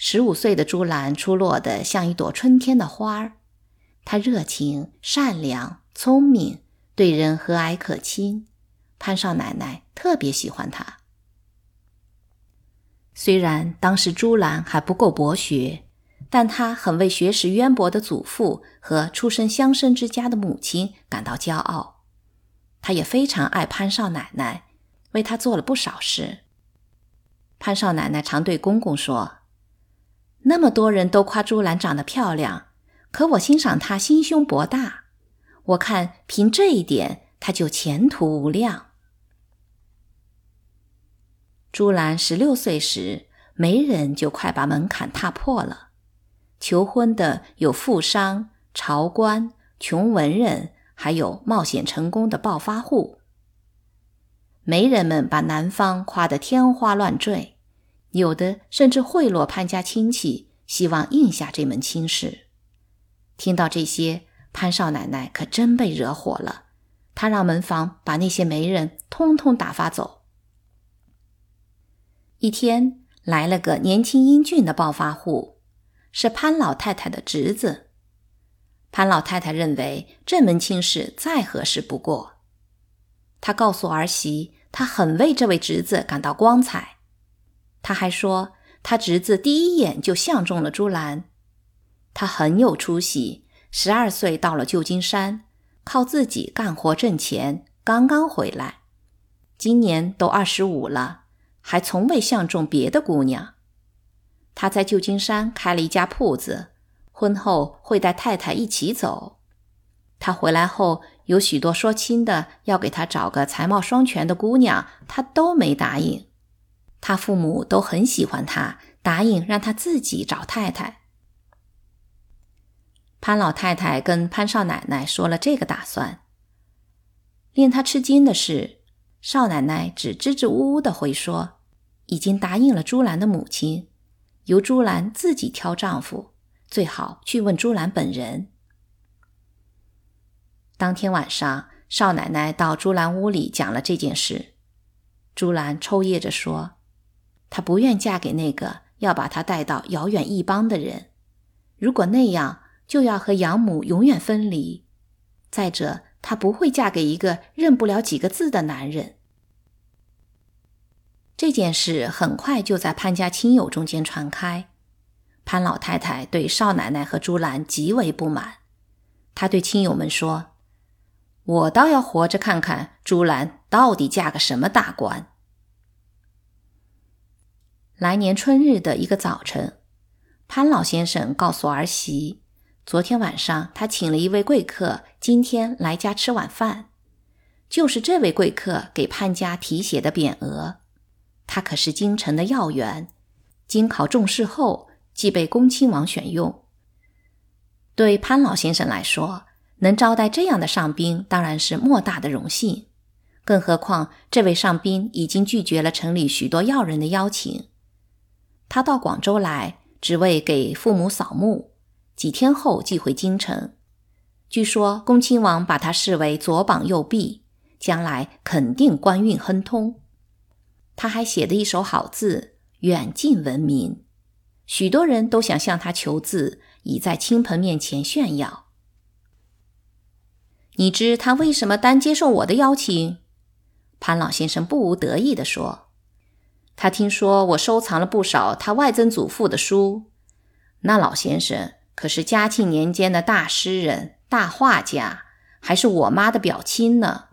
15岁的朱兰出落得像一朵春天的花儿，她热情、善良、聪明，对人和蔼可亲。潘少奶奶特别喜欢她。虽然当时朱兰还不够博学，但她很为学识渊博的祖父和出身乡绅之家的母亲感到骄傲。她也非常爱潘少奶奶，为她做了不少事。潘少奶奶常对公公说，那么多人都夸朱兰长得漂亮，可我欣赏她心胸博大，我看凭这一点她就前途无量。朱兰16岁时，媒人就快把门槛踏破了。求婚的有富商、朝官、穷文人，还有冒险成功的暴发户。媒人们把男方夸得天花乱坠，有的甚至贿赂潘家亲戚，希望应下这门亲事。听到这些，潘少奶奶可真被惹火了，她让门房把那些媒人通通打发走。一天，来了个年轻英俊的暴发户，是潘老太太的侄子。潘老太太认为这门亲事再合适不过。她告诉儿媳，她很为这位侄子感到光彩。她还说，她侄子第一眼就相中了朱兰。她很有出息，12岁到了旧金山，靠自己干活挣钱，刚刚回来。今年都25了，还从未相中别的姑娘。他在旧金山开了一家铺子，婚后会带太太一起走。他回来后有许多说亲的要给他找个才貌双全的姑娘，他都没答应。他父母都很喜欢他，答应让他自己找太太。潘老太太跟潘少奶奶说了这个打算。令他吃惊的是，少奶奶只支支吾吾地回说，已经答应了朱兰的母亲，由朱兰自己挑丈夫，最好去问朱兰本人。当天晚上，少奶奶到朱兰屋里讲了这件事。朱兰抽噎着说，她不愿嫁给那个要把她带到遥远异邦的人，如果那样，就要和养母永远分离。再者，她不会嫁给一个认不了几个字的男人。这件事很快就在潘家亲友中间传开。潘老太太对少奶奶和朱兰极为不满，她对亲友们说，我倒要活着看看朱兰到底嫁个什么大官。来年春日的一个早晨，潘老先生告诉儿媳，昨天晚上他请了一位贵客今天来家吃晚饭，就是这位贵客给潘家题写的匾额。他可是京城的要员，经考中试后即被恭亲王选用。对潘老先生来说，能招待这样的上宾当然是莫大的荣幸，更何况这位上宾已经拒绝了城里许多要人的邀请。他到广州来只为给父母扫墓，几天后即回京城。据说恭亲王把他视为左膀右臂，将来肯定官运亨通。他还写的一手好字，远近闻名，许多人都想向他求字，以在亲朋面前炫耀。你知他为什么单接受我的邀请？潘老先生不无得意地说，他听说我收藏了不少他外曾祖父的书，那老先生可是嘉庆年间的大诗人、大画家，还是我妈的表亲呢。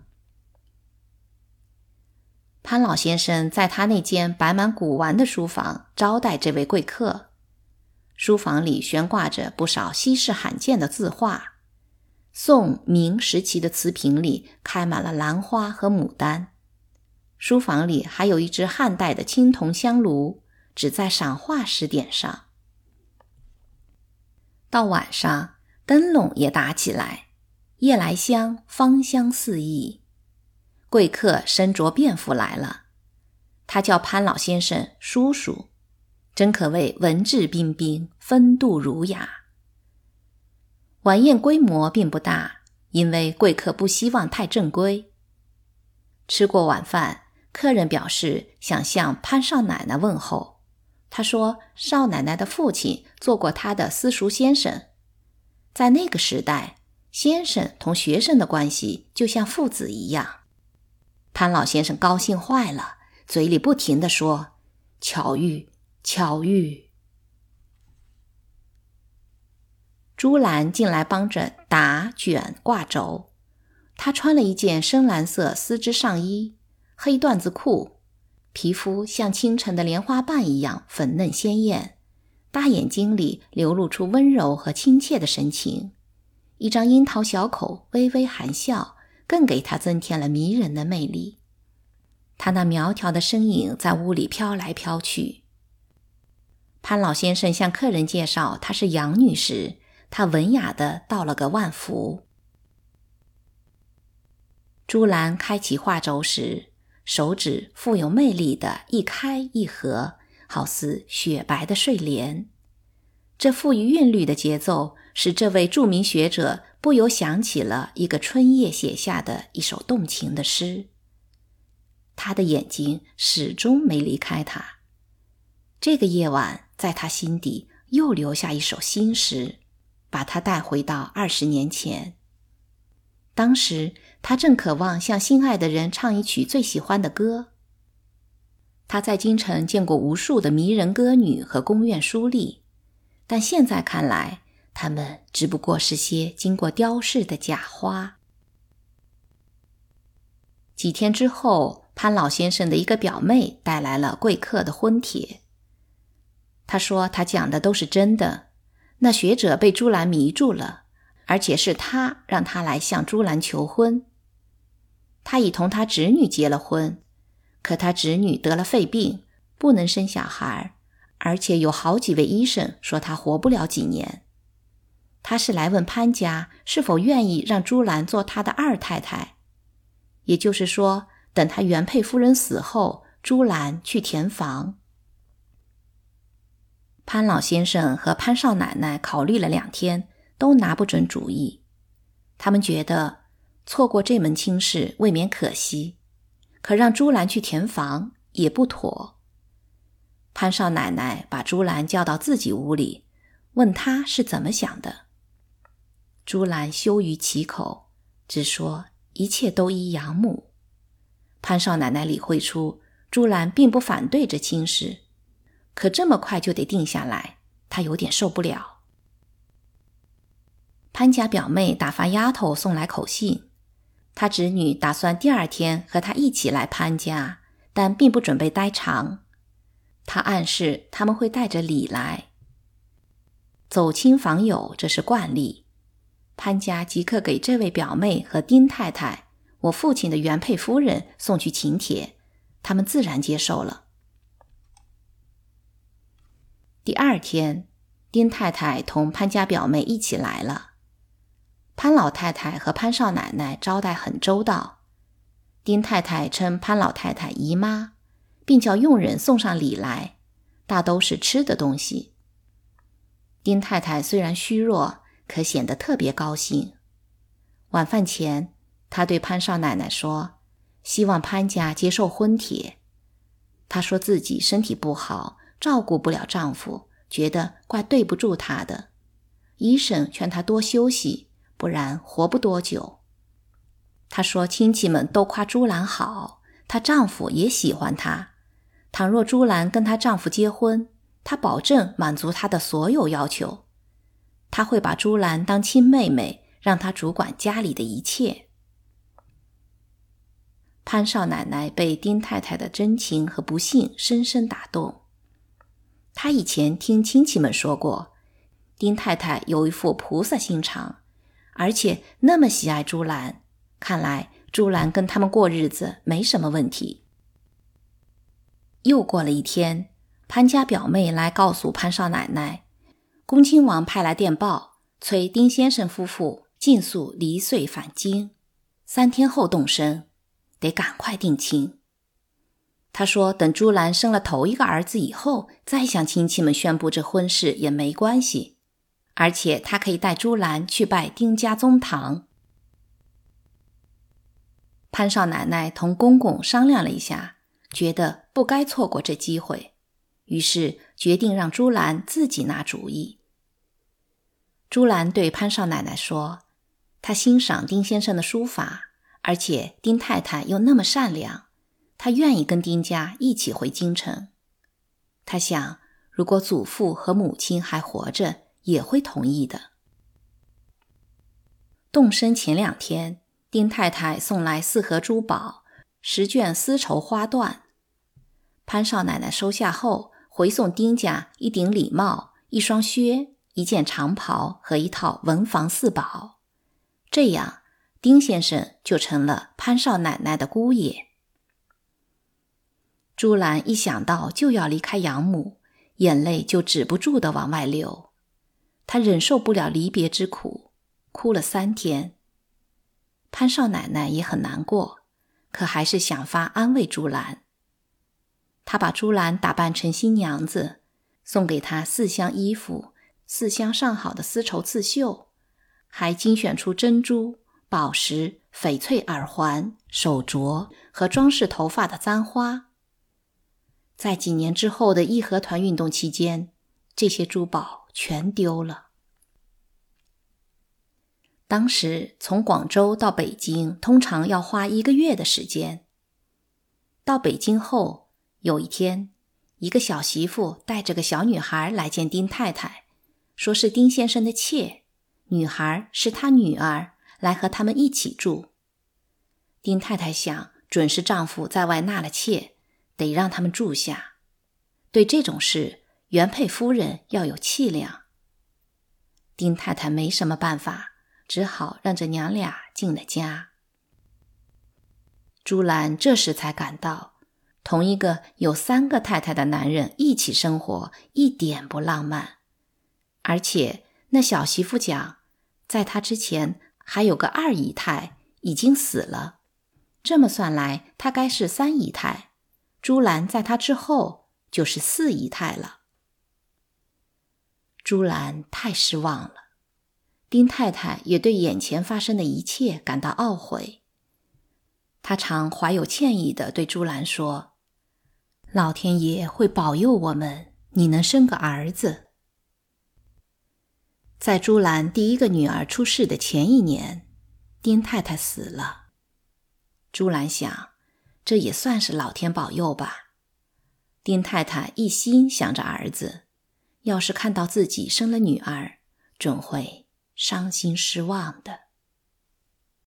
潘老先生在他那间摆满古玩的书房招待这位贵客。书房里悬挂着不少稀世罕见的字画，宋明时期的瓷瓶里开满了兰花和牡丹。书房里还有一只汉代的青铜香炉，只在赏画时点上。到晚上，灯笼也打起来，夜来香芳香四溢。贵客身着便服来了，他叫潘老先生叔叔，真可谓文质彬彬，风度儒雅。晚宴规模并不大，因为贵客不希望太正规。吃过晚饭，客人表示想向潘少奶奶问候， 他说少奶奶的父亲做过他的私塾先生，在那个时代，先生同学生的关系就像父子一样。潘老先生高兴坏了，嘴里不停地说：巧遇，巧遇。朱兰进来帮着打、卷、挂轴。她穿了一件深蓝色丝织上衣，黑缎子裤，皮肤像清晨的莲花瓣一样粉嫩鲜艳，大眼睛里流露出温柔和亲切的神情，一张樱桃小口微微含笑，更给她增添了迷人的魅力。她那苗条的身影在屋里飘来飘去。潘老先生向客人介绍她是杨女时，她文雅地道了个万福。朱兰开启画轴时，手指富有魅力地一开一合，好似雪白的睡莲。这富于韵律的节奏使这位著名学者不由想起了一个春夜写下的一首动情的诗。他的眼睛始终没离开他。这个夜晚在他心底又留下一首新诗，把他带回到20年前。当时他正渴望向心爱的人唱一曲最喜欢的歌。他在京城见过无数的迷人歌女和宫苑书丽，但现在看来，她们只不过是些经过雕饰的假花。几天之后，潘老先生的一个表妹带来了贵客的婚帖。她说他讲的都是真的，那学者被朱兰迷住了，而且是他让他来向朱兰求婚。他已同他侄女结了婚，可他侄女得了肺病，不能生小孩，而且有好几位医生说他活不了几年。他是来问潘家是否愿意让朱兰做他的二太太，也就是说，等他原配夫人死后，朱兰去填房。潘老先生和潘少奶奶考虑了2天，都拿不准主意。他们觉得错过这门亲事未免可惜，可让朱兰去填房也不妥。潘少奶奶把朱兰叫到自己屋里，问她是怎么想的。朱兰羞于启口，只说一切都依养母。潘少奶奶理会出朱兰并不反对这亲事，可这么快就得定下来，她有点受不了。潘家表妹打发丫头送来口信，她侄女打算第2天和她一起来潘家，但并不准备待长。她暗示他们会带着礼来。走亲访友，这是惯例。潘家即刻给这位表妹和丁太太，我父亲的原配夫人送去请帖，他们自然接受了。第2天，丁太太同潘家表妹一起来了。潘老太太和潘少奶奶招待很周到，丁太太称潘老太太姨妈，并叫佣人送上礼来，大都是吃的东西。丁太太虽然虚弱，可显得特别高兴。晚饭前，她对潘少奶奶说，希望潘家接受婚帖。她说自己身体不好，照顾不了丈夫，觉得怪对不住他的。医生劝她多休息，不然活不多久。她说亲戚们都夸朱兰好，她丈夫也喜欢她。倘若朱兰跟她丈夫结婚，她保证满足她的所有要求。她会把朱兰当亲妹妹，让她主管家里的一切。潘少奶奶被丁太太的真情和不幸深深打动。她以前听亲戚们说过，丁太太有一副菩萨心肠，而且那么喜爱朱兰，看来朱兰跟他们过日子没什么问题。又过了1天，潘家表妹来告诉潘少奶奶，恭亲王派来电报，催丁先生夫妇尽速离岁返京，3天后动身，得赶快定亲。他说等朱兰生了头一个儿子以后，再向亲戚们宣布这婚事也没关系，而且他可以带朱兰去拜丁家宗堂。潘少奶奶同公公商量了一下，觉得不该错过这机会， 于是决定让朱兰自己拿主意。朱兰对潘少奶奶说，她欣赏丁先生的书法，而且丁太太又那么善良，她愿意跟丁家一起回京城。她想，如果祖父和母亲还活着，也会同意的。动身前2天，丁太太送来4盒珠宝，10卷丝绸花缎。潘少奶奶收下后，回送丁家一顶礼帽、一双靴、一件长袍和一套文房4宝。这样，丁先生就成了潘少奶奶的姑爷。朱兰一想到就要离开养母，眼泪就止不住地往外流。她忍受不了离别之苦，哭了3天。潘少奶奶也很难过，可还是想法安慰朱兰。她把朱兰打扮成新娘子，送给她4箱衣服、4箱上好的丝绸刺绣，还精选出珍珠、宝石、翡翠耳环、手镯和装饰头发的簪花。在几年之后的义和团运动期间，这些珠宝全丢了。当时从广州到北京通常要花1个月的时间。到北京后，有一天，一个小媳妇带着个小女孩来见丁太太，说是丁先生的妾，女孩是他女儿，来和他们一起住。丁太太想，准是丈夫在外纳了妾，得让他们住下。对这种事，原配夫人要有气量。丁太太没什么办法，只好让这娘俩进了家。朱兰这时才感到，同一个有3个太太的男人一起生活一点不浪漫。而且那小媳妇讲，在她之前还有个2姨太已经死了，这么算来，她该是3姨太。朱兰在她之后就是4姨太了。朱兰太失望了，丁太太也对眼前发生的一切感到懊悔。她常怀有歉意地对朱兰说，老天爷会保佑我们，你能生个儿子。在朱兰第1个女儿出世的前1年，丁太太死了。朱兰想，这也算是老天保佑吧。丁太太一心想着儿子，要是看到自己生了女儿，准会伤心失望的。